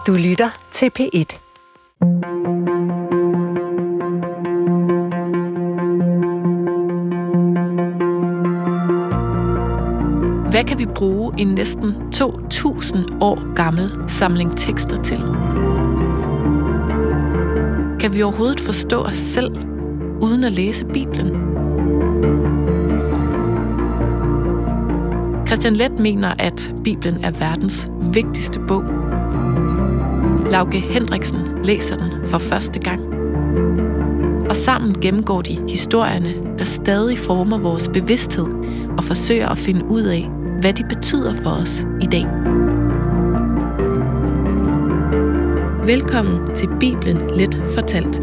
Du lytter til P1. Hvad kan vi bruge en næsten 2.000 år gammel samling tekster til? Kan vi overhovedet forstå os selv, uden at læse Bibelen? Christian Leth mener, at Bibelen er verdens vigtigste bog. Lauke Hendriksen læser den for første gang. Og sammen gennemgår de historierne, der stadig former vores bevidsthed og forsøger at finde ud af, hvad de betyder for os i dag. Velkommen til Bibelen Let fortalt.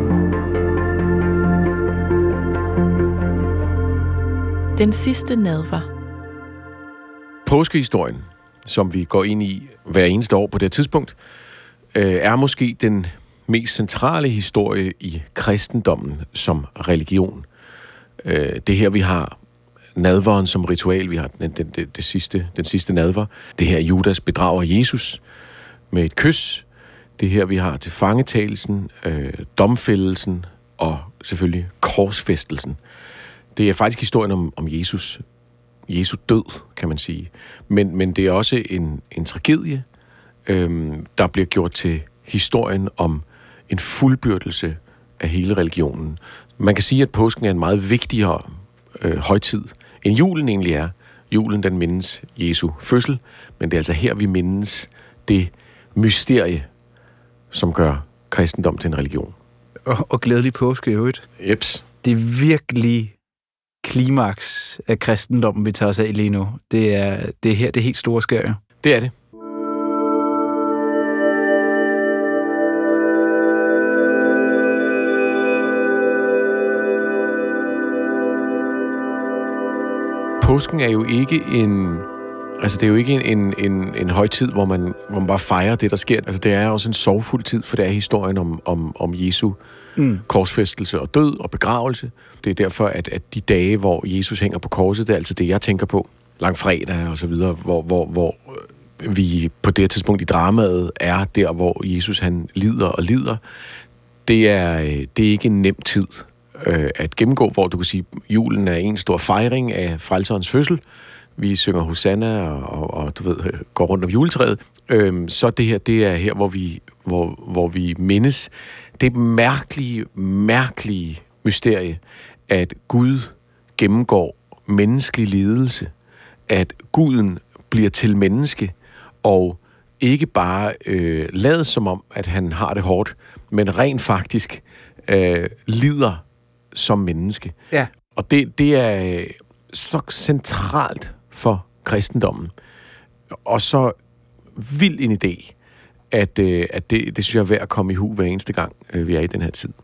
Den sidste nadver. Påskehistorien, som vi går ind i hver eneste år på det tidspunkt, er måske den mest centrale historie i kristendommen som religion. Det er her, vi har nadveren som ritual. Vi har den sidste nadver. Det her, Judas bedrager Jesus med et kys. Det her, vi har til fangetagelsen, domfældelsen og selvfølgelig korsfæstelsen. Det er faktisk historien om Jesu død, kan man sige. Men det er også en tragedie, der bliver gjort til historien om en fuldbyrdelse af hele religionen. Man kan sige, at påsken er en meget vigtigere højtid, end julen egentlig er. Julen, den mindes Jesu fødsel, men det er altså her, vi mindes det mysterie, som gør kristendom til en religion. Og glædelig påske i øvrigt. Jeps. Det er virkelig klimaks af kristendommen, vi tager os af lige nu. Det er her, det helt store sker. Det er det. Påsken er jo ikke en højtid, hvor man bare fejrer det, der sker. Altså, det er også en sorgfuld tid, for det er historien om Jesu korsfæstelse og død og begravelse. Det er derfor, at de dage, hvor Jesus hænger på korset, det er altid det, jeg tænker på. Langfredag og så videre, hvor vi på det tidspunkt i dramaet er der, hvor Jesus han lider. Det er ikke en nem tid at gennemgå, hvor du kan sige, at julen er en stor fejring af frelserens fødsel. Vi synger Hosanna og du ved, går rundt om juletræet. Så det her, det er her, hvor vi mindes det mærkelige mysterie, at Gud gennemgår menneskelig lidelse, at Guden bliver til menneske, og ikke bare lader som om, at han har det hårdt, men rent faktisk lider som menneske. Ja. Og det er så centralt for kristendommen, og så vild en idé, at det synes jeg er værd at komme i hu hver eneste gang, vi er i den her tid.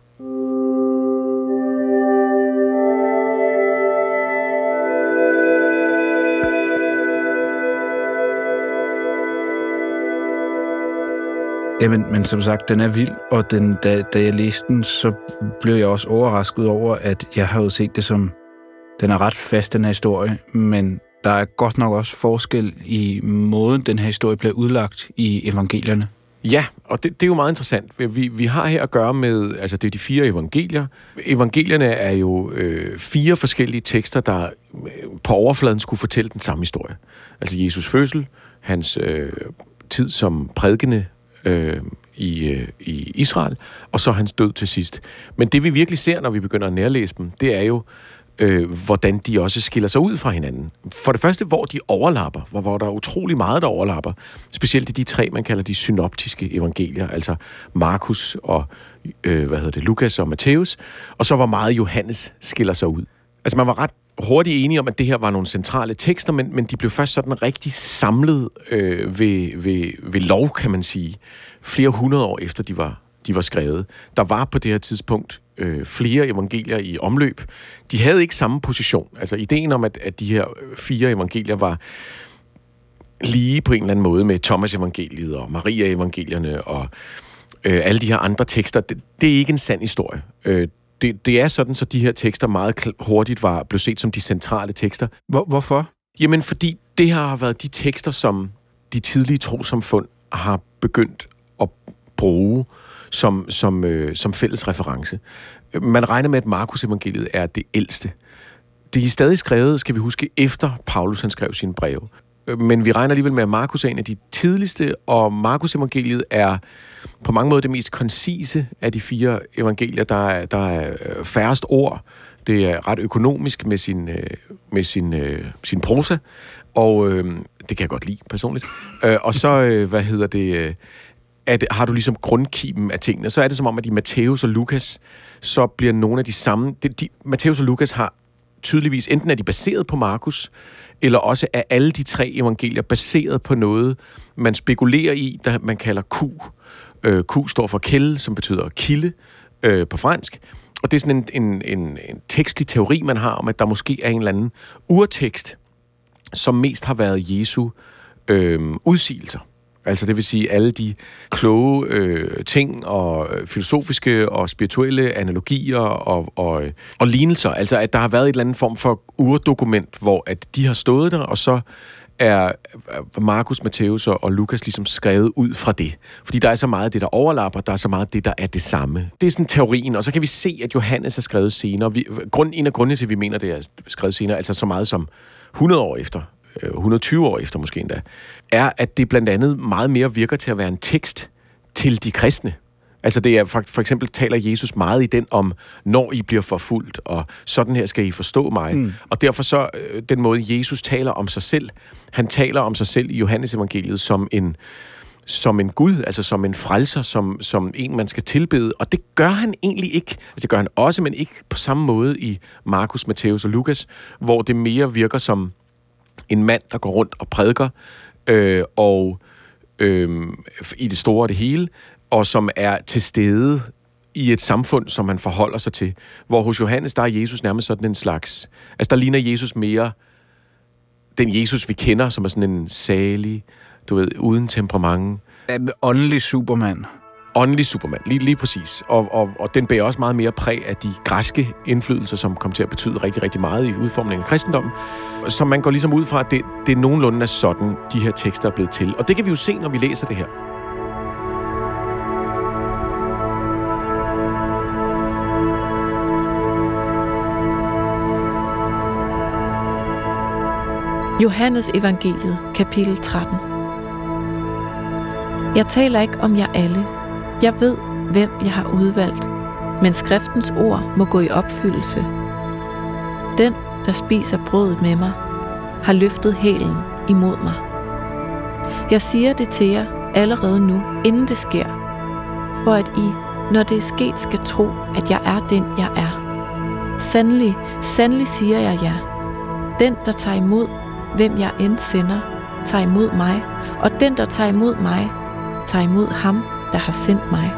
Jamen, men som sagt, den er vild, og da jeg læste den, så blev jeg også overrasket over, at jeg havde set det som, den er ret fast, den her historie, men der er godt nok også forskel i måden, den her historie bliver udlagt i evangelierne. Ja, og det er jo meget interessant. Vi har her at gøre med, altså det er de 4 evangelier. Evangelierne er jo 4 forskellige tekster, der på overfladen skulle fortælle den samme historie. Altså Jesus fødsel, hans tid som prædikende i Israel, og så hans død til sidst. Men det vi virkelig ser, når vi begynder at nærlæse dem, det er jo, hvordan de også skiller sig ud fra hinanden. For det første, hvor de overlapper, hvor der er utrolig meget, der overlapper. Specielt i de 3, man kalder de synoptiske evangelier, altså Markus og Lukas og Matthæus, og så hvor meget Johannes skiller sig ud. Altså man var ret hurtigt enige om, at det her var nogle centrale tekster, men de blev først sådan rigtig samlet ved lov, kan man sige, flere hundrede år efter de var skrevet. Der var på det her tidspunkt flere evangelier i omløb. De havde ikke samme position. Altså ideen om, at de her 4 evangelier var lige på en eller anden måde med Thomas evangeliet og Maria evangelierne og alle de her andre tekster. Det er ikke en sand historie. Det er sådan, så de her tekster meget hurtigt blev set som de centrale tekster. Hvorfor? Jamen, fordi det har været de tekster, som de tidlige trossamfund har begyndt at bruge som fælles reference. Man regner med, at Markus evangeliet er det ældste. Det er stadig skrevet, skal vi huske, efter Paulus han skrev sine breve. Men vi regner alligevel med, at Markus er en af de tidligste, og Markus evangeliet er på mange måder det mest koncise af de 4 evangelier. Der er færrest ord. Det er ret økonomisk med sin prosa, og det kan jeg godt lide personligt. Og så, har du ligesom grundkimen af tingene. Så er det som om, at i Matthæus og Lukas, så bliver nogle af de samme... Matthæus og Lukas har tydeligvis, enten er de baseret på Markus, eller også er alle de 3 evangelier baseret på noget, man spekulerer i, der man kalder Q. Q står for kælde, som betyder kilde på fransk. Og det er sådan en tekstlig teori, man har om, at der måske er en eller anden urtekst, som mest har været Jesu udsigelser. Altså det vil sige alle de kloge ting og filosofiske og spirituelle analogier og lignelser. Altså at der har været et eller andet form for urdokument, hvor at de har stået der, og så er Markus, Matthæus og Lukas ligesom skrevet ud fra det. Fordi der er så meget af det, der overlapper, der er så meget af det, der er det samme. Det er sådan teorien, og så kan vi se, at Johannes er skrevet senere. En af grundene til, at vi mener, det er skrevet senere, altså så meget som 100 år efter, 120 år efter måske endda, er, at det blandt andet meget mere virker til at være en tekst til de kristne. Altså det er for eksempel taler Jesus meget i den om, når I bliver forfulgt, og sådan her skal I forstå mig. Mm. Og derfor så, den måde Jesus taler om sig selv, han taler om sig selv i Johannes evangeliet som en Gud, altså som en frelser, som en, man skal tilbede. Og det gør han egentlig ikke. Altså det gør han også, men ikke på samme måde i Markus, Matthæus og Lukas, hvor det mere virker som en mand, der går rundt og prædiker, i det store og det hele, og som er til stede i et samfund, som man forholder sig til. Hvor hos Johannes, der er Jesus nærmest sådan en slags... Altså, der ligner Jesus mere den Jesus, vi kender, som er sådan en salig, uden temperament. Åndelig Superman. Åndelig Superman, lige præcis. Og den bærer også meget mere præg af de græske indflydelser, som kom til at betyde rigtig, rigtig meget i udformningen af kristendommen. Så man går ligesom ud fra, at det nogenlunde er sådan, de her tekster er blevet til. Og det kan vi jo se, når vi læser det her. Johannes evangeliet, kapitel 13. Jeg taler ikke om jer alle. Jeg ved, hvem jeg har udvalgt, men skriftens ord må gå i opfyldelse. Den, der spiser brødet med mig, har løftet hælen imod mig. Jeg siger det til jer allerede nu, inden det sker, for at I, når det er sket, skal tro, at jeg er den, jeg er. Sandelig, sandelig siger jeg jer. Den, der tager imod, hvem jeg end sender, tager imod mig, og den, der tager imod mig, tager imod ham, der har sendt mig.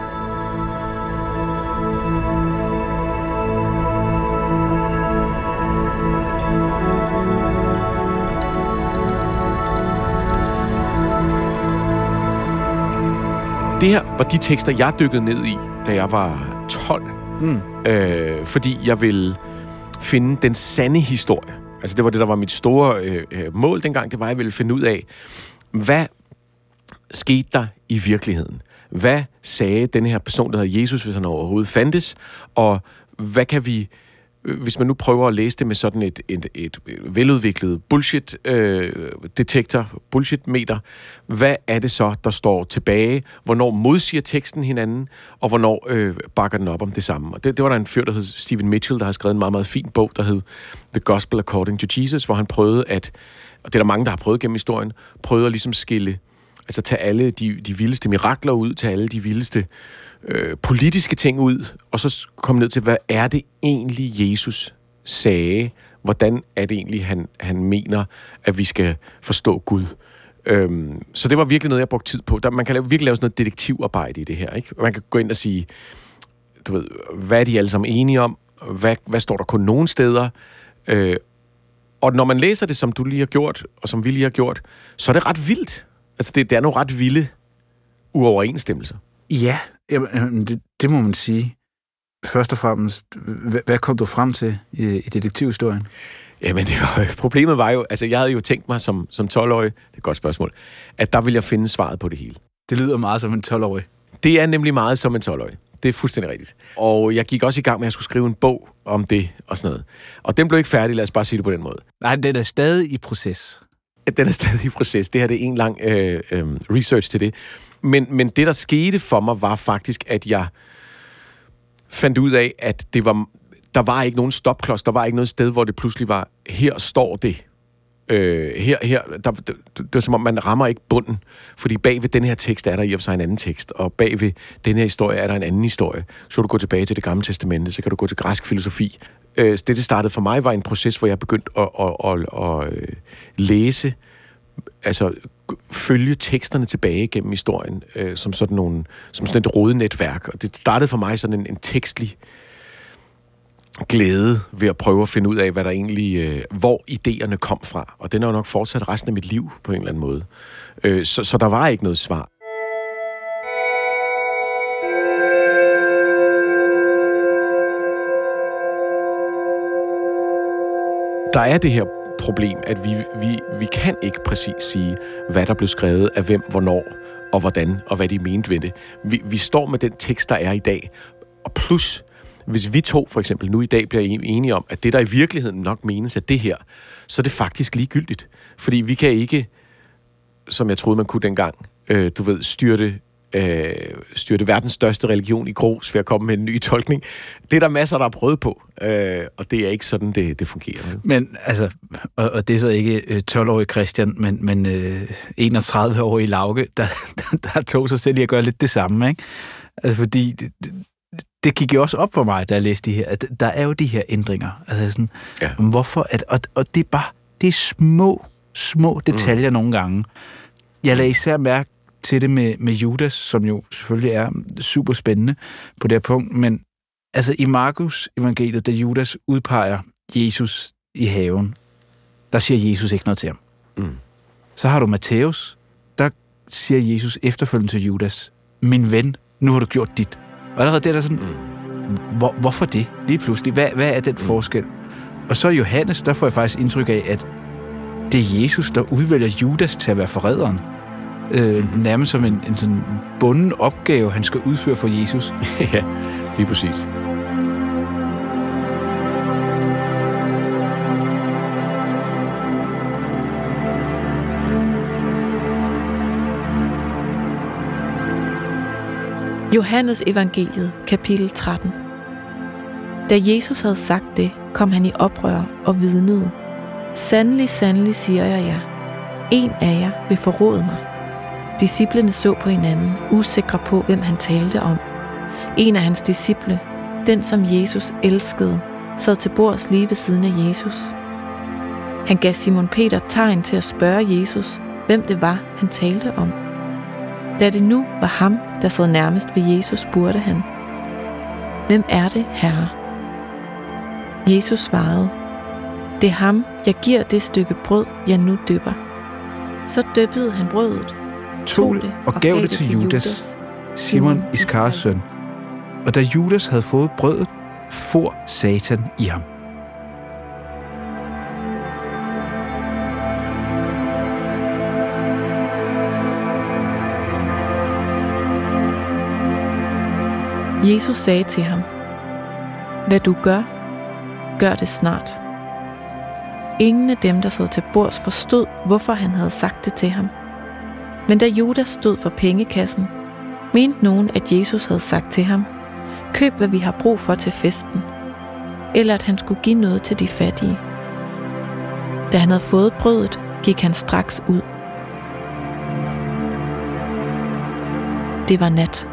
Det her var de tekster, jeg dykkede ned i, da jeg var 12. Fordi jeg ville finde den sande historie. Altså det var det, der var mit store mål dengang. Det var, at jeg ville finde ud af, hvad skete der i virkeligheden? Hvad sagde denne her person, der hedder Jesus, hvis han overhovedet fandtes? Og hvad kan vi, hvis man nu prøver at læse det med sådan et veludviklet bullshit-detektor, bullshit-meter, hvad er det så, der står tilbage? Hvornår modsiger teksten hinanden? Og hvornår bakker den op om det samme? Og det var der en fyr, der hed Stephen Mitchell, der har skrevet en meget, meget fin bog, der hed The Gospel According to Jesus, hvor han prøvede at, og det er der mange, der har prøvet gennem historien, prøvede at ligesom skille, altså tage alle de vildeste mirakler ud, tage alle de vildeste politiske ting ud, og så komme ned til, hvad er det egentlig, Jesus sagde? Hvordan er det egentlig, han mener, at vi skal forstå Gud? Så det var virkelig noget, jeg brugte tid på. Man kan virkelig lave sådan noget detektivarbejde i det her, ikke? Man kan gå ind og sige, hvad er de alle sammen enige om? Hvad står der kun nogle steder? Og når man læser det, som du lige har gjort, og som vi lige har gjort, så er det ret vildt. Altså, det er nogle ret vilde uoverensstemmelser. Ja, det må man sige. Først og fremmest, hvad kom du frem til i detektivhistorien? Jamen, problemet var jo, altså jeg havde jo tænkt mig som 12-årig, det er et godt spørgsmål, at der ville jeg finde svaret på det hele. Det lyder meget som en 12-årig. Det er nemlig meget som en 12-årig. Det er fuldstændig rigtigt. Og jeg gik også i gang med, at jeg skulle skrive en bog om det og sådan noget. Og den blev ikke færdig, lad os bare sige det på den måde. Nej, den er stadig i proces. Den er stadig i proces. Det her det er en lang research til det. Men det, der skete for mig, var faktisk, at jeg fandt ud af, at der var ikke nogen stopklods. Der var ikke noget sted, hvor det pludselig var, her står det. Det er som om, man rammer ikke bunden. Fordi bag ved den her tekst er der i og for sig en anden tekst. Og bag ved den her historie er der en anden historie. Så kan du gå tilbage til det gamle testamente, så kan du gå til græsk filosofi. Det startede for mig, var en proces, hvor jeg begyndte at læse, altså følge teksterne tilbage gennem historien, som sådan et rodenetværk. Og det startede for mig sådan en tekstlig glæde ved at prøve at finde ud af, hvad der egentlig, hvor idéerne kom fra. Og den har jo nok fortsat resten af mit liv på en eller anden måde. Så der var ikke noget svar. Der er det her problem, at vi kan ikke præcis sige, hvad der blev skrevet af hvem, hvornår og hvordan, og hvad de mente ved det. Vi står med den tekst, der er i dag. Og plus, hvis vi to for eksempel nu i dag bliver enige om, at det, der i virkeligheden nok menes, er det her, så er det faktisk ligegyldigt. Fordi vi kan ikke, som jeg troede, man kunne dengang, styrte verdens største religion i grus ved at komme med en ny tolkning. Det er der masser, der har prøvet på, og det er ikke sådan, det fungerer. Men altså, og det er så ikke 12-årig Christian, men 31-årig Lauke, der tog sig selv i at gøre lidt det samme, ikke? Altså, fordi det gik jo også op for mig, da jeg læste de her, at der er jo de her ændringer. Altså sådan, hvorfor? Og det er bare, det er små detaljer nogle gange. Jeg lagde især mærke til det med Judas, som jo selvfølgelig er super spændende på det her punkt, men altså i Markus evangeliet, da Judas udpeger Jesus i haven, der siger Jesus ikke noget til ham. Så har du Matthæus, der siger Jesus efterfølgende til Judas, min ven, nu har du gjort dit. Og allerede det er der sådan, hvorfor det lige pludselig? Hvad er den forskel? Og så Johannes, der får jeg faktisk indtryk af, at det er Jesus, der udvælger Judas til at være forræderen. Nærmest som en sådan bunden opgave, han skal udføre for Jesus. Ja, lige præcis. Johannes evangeliet, kapitel 13. Da Jesus havde sagt det, kom han i oprør og vidnede. Sandelig, sandelig, siger jeg jer. En af jer vil forråde mig. Disciplene så på hinanden, usikre på, hvem han talte om. En af hans disciple, den som Jesus elskede, sad til bords lige ved siden af Jesus. Han gav Simon Peter tegn til at spørge Jesus, hvem det var, han talte om. Da det nu var ham, der sad nærmest ved Jesus, spurgte han, hvem er det, Herre? Jesus svarede, det er ham, jeg giver det stykke brød, jeg nu dypper. Så dyppede han brødet, tog det og gav det til Judas, Simon Iskars søn. Og da Judas havde fået brødet, for Satan i ham. Jesus sagde til ham, hvad du gør, gør det snart. Ingen af dem, der sad til bords, forstod, hvorfor han havde sagt det til ham. Men da Judas stod for pengekassen, mente nogen, at Jesus havde sagt til ham, køb hvad vi har brug for til festen, eller at han skulle give noget til de fattige. Da han havde fået brødet, gik han straks ud. Det var nat.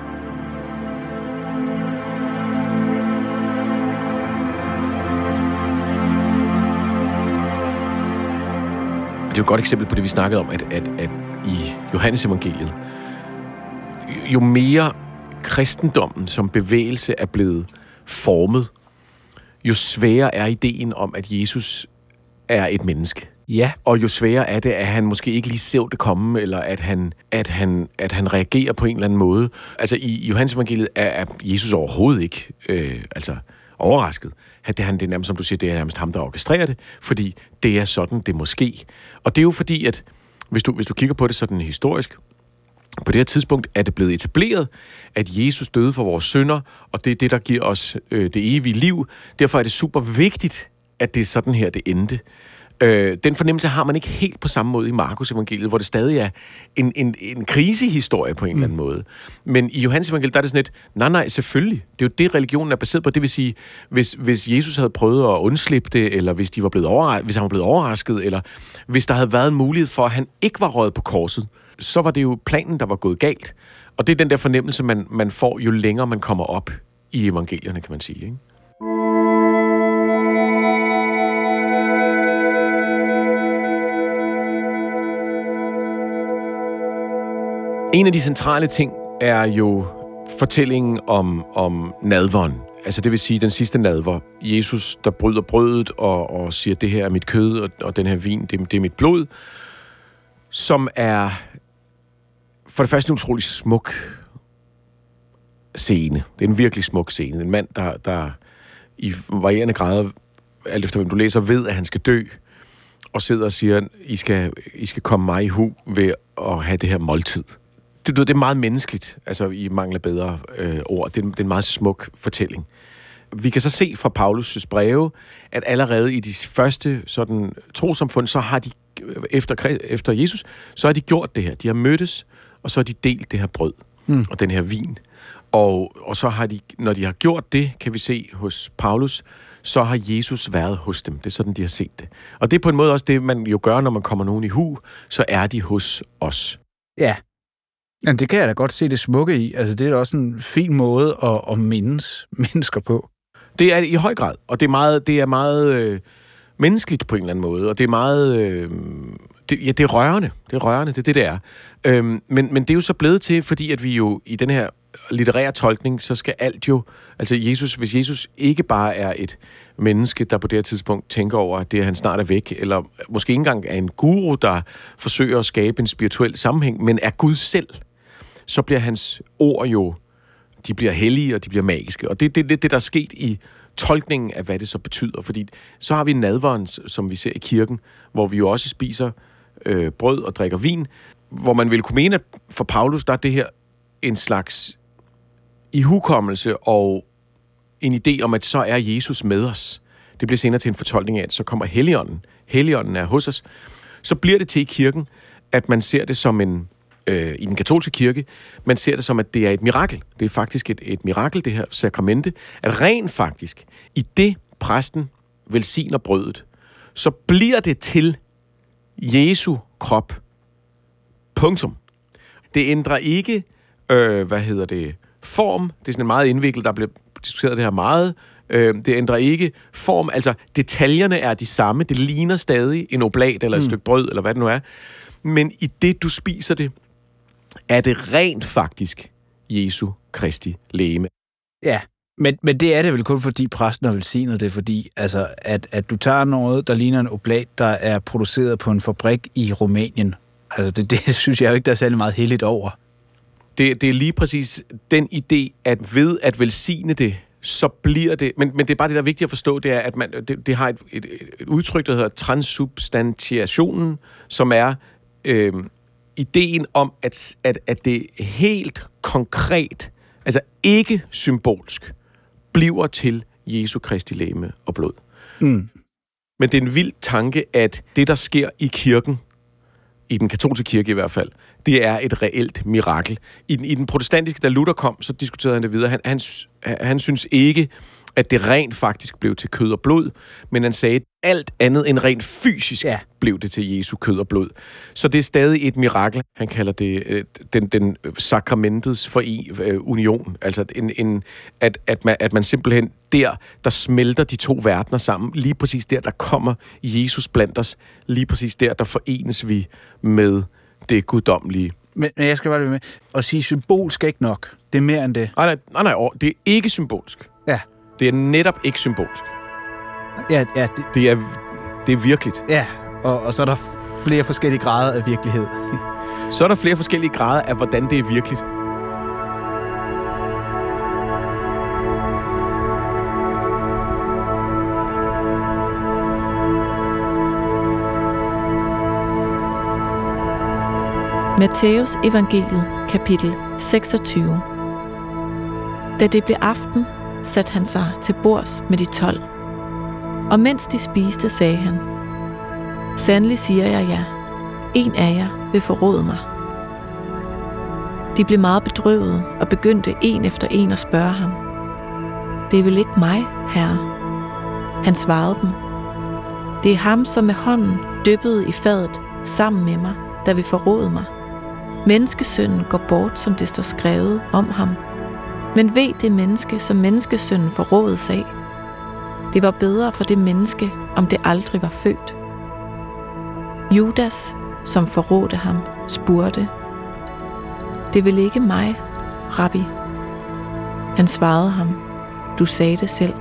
Det er jo et godt eksempel på det, vi snakkede om, at i Johannes evangeliet, jo mere kristendommen som bevægelse er blevet formet, jo sværere er ideen om, at Jesus er et menneske. Ja. Og jo sværere er det, at han måske ikke lige ser det komme, eller at han reagerer på en eller anden måde. Altså i Johannes evangeliet er Jesus overhovedet ikke overrasket. Det er nærmest, som du siger, det er nærmest ham, der orkestrerer det, fordi det er sådan, det måske. Og det er jo fordi, at hvis du kigger på det sådan historisk, På det her tidspunkt er det blevet etableret, at Jesus døde for vores synder, og det er det, der giver os det evige liv. Derfor er det super vigtigt, at det er sådan her, det endte. Den fornemmelse har man ikke helt på samme måde i Markus evangeliet, hvor det stadig er en krisehistorie på en eller anden måde. Men i Johannes evangeliet, der er det sådan et, nej, selvfølgelig. Det er jo det, religionen er baseret på. Det vil sige, hvis Jesus havde prøvet at undslippe det, eller hvis han var blevet overrasket, eller hvis der havde været en mulighed for, at han ikke var røget på korset, så var det jo planen, der var gået galt. Og det er den der fornemmelse, man får, jo længere man kommer op i evangelierne, kan man sige, ikke? En af de centrale ting er jo fortællingen om nadveren. Altså det vil sige den sidste nadver. Jesus, der bryder brødet og siger, det her er mit kød, og den her vin, det er mit blod. Som er for det første en utrolig smuk scene. Det er en virkelig smuk scene. En mand, der i varierende grader, alt efter hvem du læser, ved, at han skal dø, og sidder og siger, I skal komme mig i hu ved at have det her måltid. Det er meget menneskeligt, altså i mangel af bedre ord. Det er en meget smuk fortælling. Vi kan så se fra Paulus' breve, at allerede i de første sådan trossamfund, så har de efter Jesus, så har de gjort det her. De har mødtes, og så har de delt det her brød og den her vin. Og så har de, når de har gjort det, kan vi se hos Paulus, så har Jesus været hos dem. Det er sådan, de har set det. Og det er på en måde også det, man jo gør, når man kommer nogen i hu, så er de hos os. Ja. Men det kan jeg da godt se det smukke i. Altså, det er da også en fin måde at mindes mennesker på. Det er i høj grad, og det er meget menneskeligt på en eller anden måde, og det er meget... det er rørende. Det er rørende, det er det, men det er jo så blevet til, fordi at vi jo i den her litterære tolkning, så skal alt jo... Altså hvis Jesus ikke bare er et menneske, der på det her tidspunkt tænker over, at det han snart er væk, eller måske ikke engang er en guru, der forsøger at skabe en spirituel sammenhæng, men er Gud selv, så bliver hans ord jo... De bliver hellige, og de bliver magiske. Og det er det, der er sket i tolkningen af, hvad det så betyder. Fordi så har vi nadveren, som vi ser i kirken, hvor vi jo også spiser brød og drikker vin, hvor man ville kunne mene, at for Paulus, der er det her en slags ihukommelse og en idé om, at så er Jesus med os. Det bliver senere til en fortolkning af, at så kommer Helligånden. Helligånden er hos os. Så bliver det til i kirken, at man ser det som i den katolske kirke, man ser det som, at det er et mirakel. Det er faktisk et mirakel, det her sakramente, at rent faktisk, i det præsten velsigner brødet, så bliver det til Jesu krop. Punktum. Det ændrer ikke, form. Det er sådan meget indviklet, der bliver diskuteret det her meget. Det ændrer ikke form. Altså, detaljerne er de samme. Det ligner stadig en oblat eller et stykke brød, eller hvad det nu er. Men i det, du spiser det, er det rent faktisk Jesu Kristi legeme. Ja, men det er det vel kun fordi præsten har velsignet det, fordi altså, at du tager noget, der ligner en oblat, der er produceret på en fabrik i Rumænien. Altså det synes jeg jo ikke, der er særlig meget heldigt over. Det er lige præcis den idé, at ved at velsigne det, så bliver det... Men det er bare det, der er vigtigt at forstå, det er, at det har et udtryk, der hedder transsubstantiationen, som er... ideen om, at det helt konkret, altså ikke symbolsk, bliver til Jesu Kristi legeme og blod. Men det er en vild tanke, at det, der sker i kirken, i den katolske kirke i hvert fald, det er et reelt mirakel. I den protestantiske, da Luther kom, så diskuterede han det videre. Han synes ikke, at det rent faktisk blev til kød og blod, men han sagde, at alt andet end rent fysisk blev det til Jesu kød og blod. Så det er stadig et mirakel. Han kalder det den sakramentets union. Altså at man simpelthen der smelter de to verdener sammen. Lige præcis der kommer Jesus blandt os. Lige præcis der forenes vi med det guddommelige. Men jeg skal bare med at sige, symbolsk ikke nok. Det er mere end det. Nej, det er ikke symbolsk. Ja. Det er netop ikke symbolsk. Ja, det er virkeligt. Ja, og så er der flere forskellige grader af virkelighed. Så er der flere forskellige grader af, hvordan det er virkeligt. Matthæus evangeliet, kapitel 26. Da det blev aften, satte han sig til bords med de 12. Og mens de spiste, sagde han: Sandelig siger jeg jer, en af jer vil forråde mig. De blev meget bedrøvede og begyndte en efter en at spørge ham: Det er vel ikke mig, herre? Han svarede dem: Det er ham, som med hånden dyppede i fadet sammen med mig, der vil forråde mig. Menneskesønnen går bort, som det står skrevet om ham. Men ved det menneske, som menneskesønnen forrådes af. Det var bedre for det menneske, om det aldrig var født. Judas, som forrådte ham, spurgte: Det vil ikke mig, rabbi? Han svarede ham: Du sagde det selv.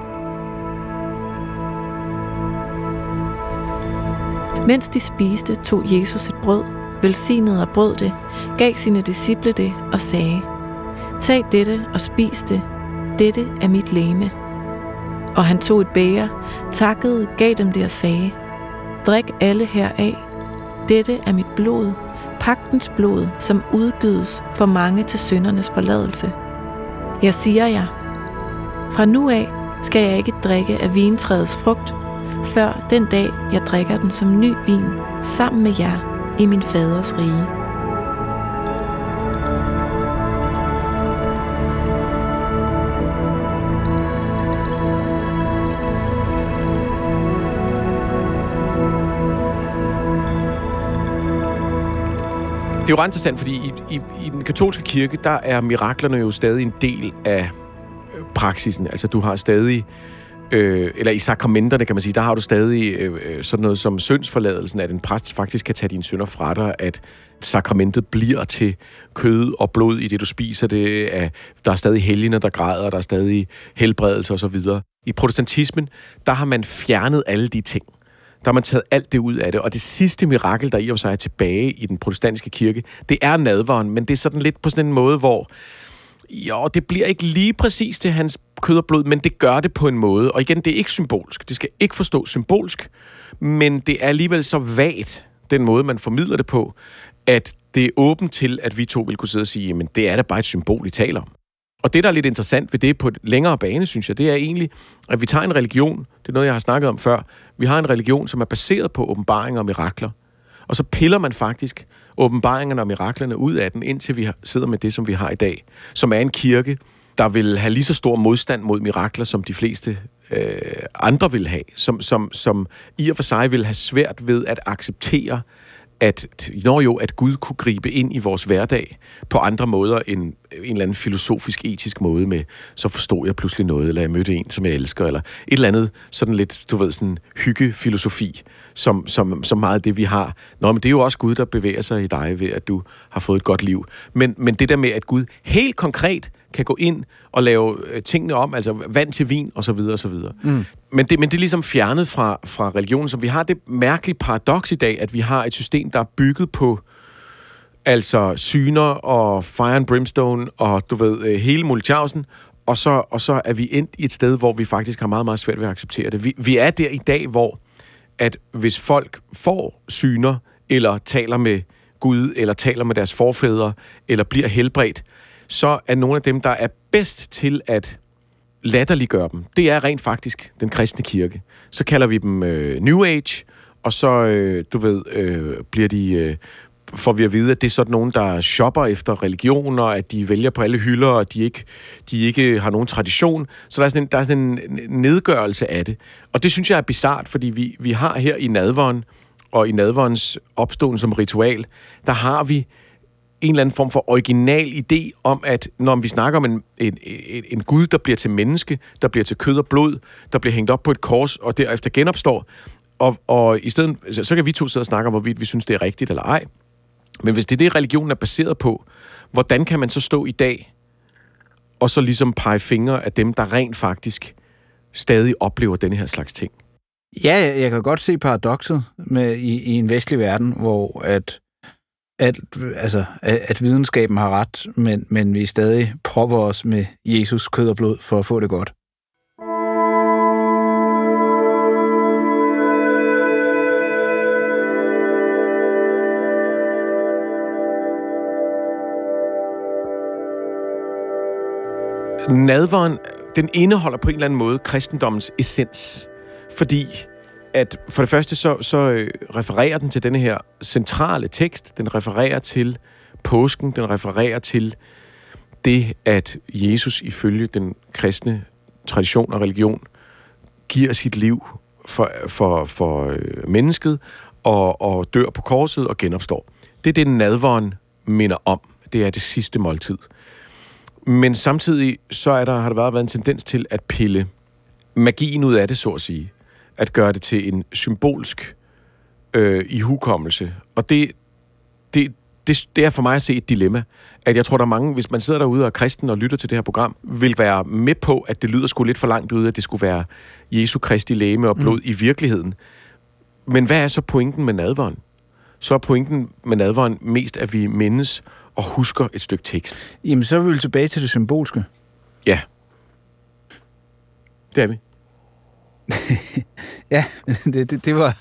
Mens de spiste, tog Jesus et brød, velsignede og brød det, gav sine disciple det og sagde: Tag dette og spis det. Dette er mit legeme. Og han tog et bæger, takkede, gav dem det og sagde: Drik alle heraf. Dette er mit blod, pagtens blod, som udgydes for mange til syndernes forladelse. Jeg siger jer, fra nu af skal jeg ikke drikke af vintræets frugt, før den dag jeg drikker den som ny vin sammen med jer i min faders rige. Det er jo ret interessant, fordi i den katolske kirke, der er miraklerne jo stadig en del af praksisen. Altså, du har stadig, eller i sakramenterne, kan man sige, der har du stadig sådan noget som syndsforladelsen, at en præst faktisk kan tage dine synder fra dig, at sakramentet bliver til kød og blod i det, du spiser det. Der er stadig helgener, der græder, der er stadig helbredelse osv. I protestantismen, der har man fjernet alle de ting. Der har man taget alt det ud af det. Og det sidste mirakel, der i og for sig er tilbage i den protestantiske kirke, det er nadveren, men det er sådan lidt på sådan en måde, hvor det bliver ikke lige præcis til hans kød og blod, men det gør det på en måde. Og igen, det er ikke symbolsk. Det skal ikke forstås symbolsk, men det er alligevel så vagt, den måde, man formidler det på, at det er åbent til, at vi to vil kunne sidde og sige, jamen det er da bare et symbol, I taler om. Og det, der er lidt interessant ved det på et længere bane, synes jeg, det er egentlig, at vi tager en religion, det er noget, jeg har snakket om før, vi har en religion, som er baseret på åbenbaringer og mirakler, og så piller man faktisk åbenbaringerne og miraklerne ud af den, indtil vi sidder med det, som vi har i dag, som er en kirke, der vil have lige så stor modstand mod mirakler, som de fleste andre vil have, som i og for sig vil have svært ved at acceptere, at Gud kunne gribe ind i vores hverdag på andre måder end en eller anden filosofisk, etisk måde med, så forstod jeg pludselig noget, eller jeg mødte en, som jeg elsker, eller et eller andet sådan lidt, sådan hyggefilosofi, som meget af det, vi har. Men det er jo også Gud, der bevæger sig i dig ved, at du har fået et godt liv. Men det der med, at Gud helt konkret kan gå ind og lave tingene om, altså vand til vin, og så videre, og så videre. Mm. Men det er ligesom fjernet fra religionen, så vi har det mærkelige paradoks i dag, at vi har et system, der er bygget på altså syner og fire and brimstone og hele Multiausen, og så er vi endt i et sted, hvor vi faktisk har meget, meget svært ved at acceptere det. Vi er der i dag, hvor at hvis folk får syner, eller taler med Gud, eller taler med deres forfædre, eller bliver helbredt, så er nogle af dem, der er bedst til at latterliggøre dem, det er rent faktisk den kristne kirke. Så kalder vi dem New Age, og så, bliver de... får vi at vide, at det er sådan nogen, der shopper efter religioner, at de vælger på alle hylder, og de ikke har nogen tradition. Så der er sådan en nedgørelse af det. Og det synes jeg er bizart, fordi vi har her i nadveren, og i nadverens opståen som ritual, der har vi en eller anden form for original idé om, at når vi snakker om en Gud, der bliver til menneske, der bliver til kød og blod, der bliver hængt op på et kors, og derefter genopstår, og i stedet, så kan vi to sidde og snakke om, hvorvidt vi synes, det er rigtigt eller ej. Men hvis det er det, religionen er baseret på, hvordan kan man så stå i dag, og så ligesom pege fingre af dem, der rent faktisk stadig oplever denne her slags ting? Ja, jeg kan godt se paradokset i en vestlig verden, hvor at videnskaben har ret, men vi stadig propper os med Jesus kød og blod for at få det godt. Nadveren, den indeholder på en eller anden måde kristendommens essens. Fordi at for det første så refererer den til denne her centrale tekst. Den refererer til påsken. Den refererer til det, at Jesus ifølge den kristne tradition og religion giver sit liv for mennesket og dør på korset og genopstår. Det er det, nadveren minder om. Det er det sidste måltid. Men samtidig så har der været en tendens til at pille magien ud af det, så at sige. At gøre det til en symbolsk ihukommelse. Og det er for mig at se et dilemma. At jeg tror, der er mange, hvis man sidder derude og er kristen og lytter til det her program, vil være med på, at det lyder sgu lidt for langt ude, at det skulle være Jesu Kristi legeme og blod i virkeligheden. Men hvad er så pointen med nadveren? Så er pointen med nadveren mest, at vi mindes og husker et stykke tekst. Jamen, så er vi vel tilbage til det symbolske. Ja. Det er vi. Ja, det var...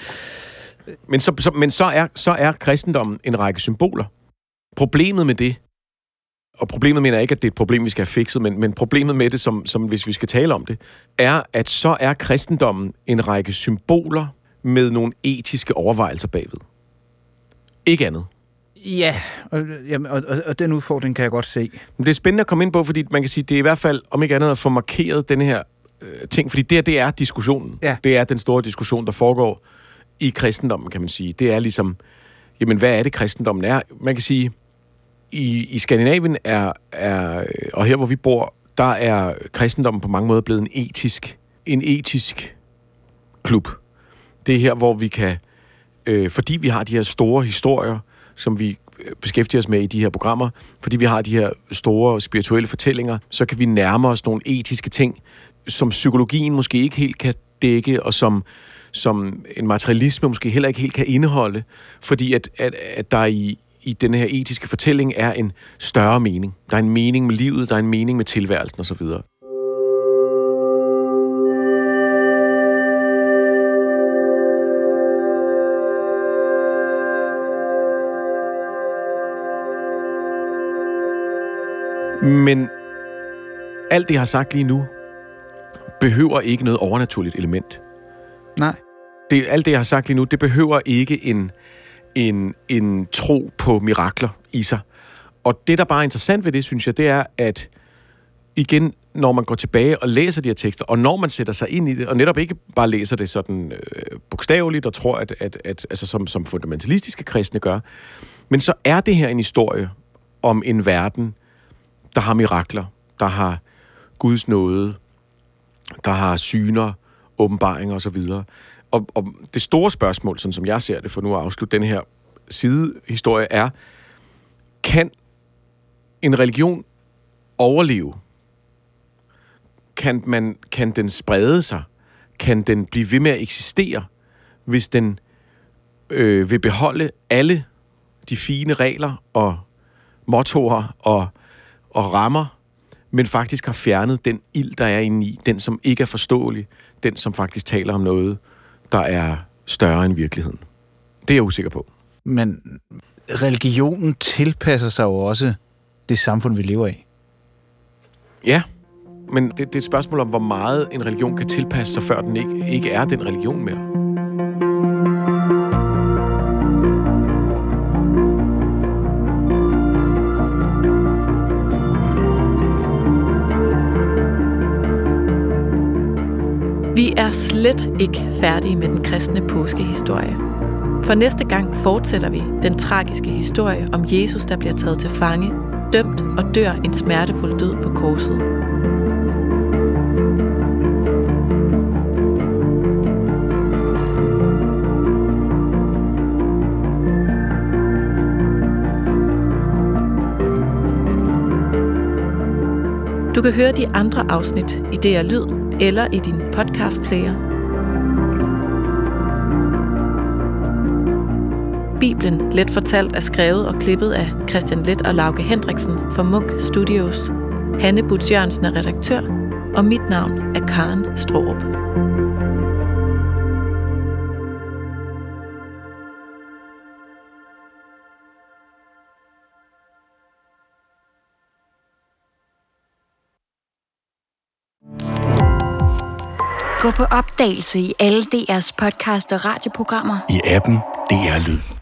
Men så er kristendommen en række symboler. Problemet med det, og problemet mener jeg ikke, at det er et problem, vi skal have fikset, men problemet med det, som hvis vi skal tale om det, er, at så er kristendommen en række symboler med nogle etiske overvejelser bagved. Ikke andet. Ja, og den udfordring kan jeg godt se. Men det er spændende at komme ind på, fordi man kan sige, det er i hvert fald, om ikke andet, at få markeret den her ting, fordi det er diskussionen. Ja. Det er den store diskussion, der foregår i kristendommen, kan man sige. Det er ligesom, jamen, hvad er det, kristendommen er? Man kan sige, i Skandinavien og her, hvor vi bor, der er kristendommen på mange måder blevet en etisk klub. Det er her, hvor vi kan, fordi vi har de her store historier, som vi beskæftiger os med i de her programmer, fordi vi har de her store spirituelle fortællinger, så kan vi nærme os nogle etiske ting, som psykologien måske ikke helt kan dække, og som en materialisme måske heller ikke helt kan indeholde, fordi at der i denne her etiske fortælling er en større mening. Der er en mening med livet, der er en mening med tilværelsen osv. Men alt det, jeg har sagt lige nu, behøver ikke noget overnaturligt element. Nej. Alt det, jeg har sagt lige nu, det behøver ikke en tro på mirakler i sig. Og det, der bare er interessant ved det, synes jeg, det er, at igen, når man går tilbage og læser de her tekster, og når man sætter sig ind i det, og netop ikke bare læser det sådan bogstaveligt og tror, at altså som fundamentalistiske kristne gør, men så er det her en historie om en verden, der har mirakler, der har Guds nåde, der har syner, åbenbaringer osv. Og det store spørgsmål, sådan som jeg ser det, for nu at afslutte den her sidehistorie, er, kan religion overleve? Kan den sprede sig? Kan den blive ved med at eksistere, hvis den vil beholde alle de fine regler og mottoer og rammer, men faktisk har fjernet den ild, der er inde i, den som ikke er forståelig, den som faktisk taler om noget, der er større end virkeligheden. Det er jeg usikker på. Men religionen tilpasser sig jo også det samfund, vi lever i. Ja, men det er et spørgsmål om, hvor meget en religion kan tilpasse sig, før den ikke er den religion mere. Vi er slet ikke færdige med den kristne påskehistorie. For næste gang fortsætter vi den tragiske historie om Jesus, der bliver taget til fange, dømt og dør en smertefuld død på korset. Du kan høre de andre afsnit i DR Lyd eller i din podcastplayer. Bibelen Let fortalt er skrevet og klippet af Christian Leth og Lauke Hendriksen for Munk Studios. Hanne Butz Jørgensen er redaktør, og mit navn er Karen Straarup. Gå på opdagelse i alle DR's podcast og radioprogrammer. I appen DR Lyd.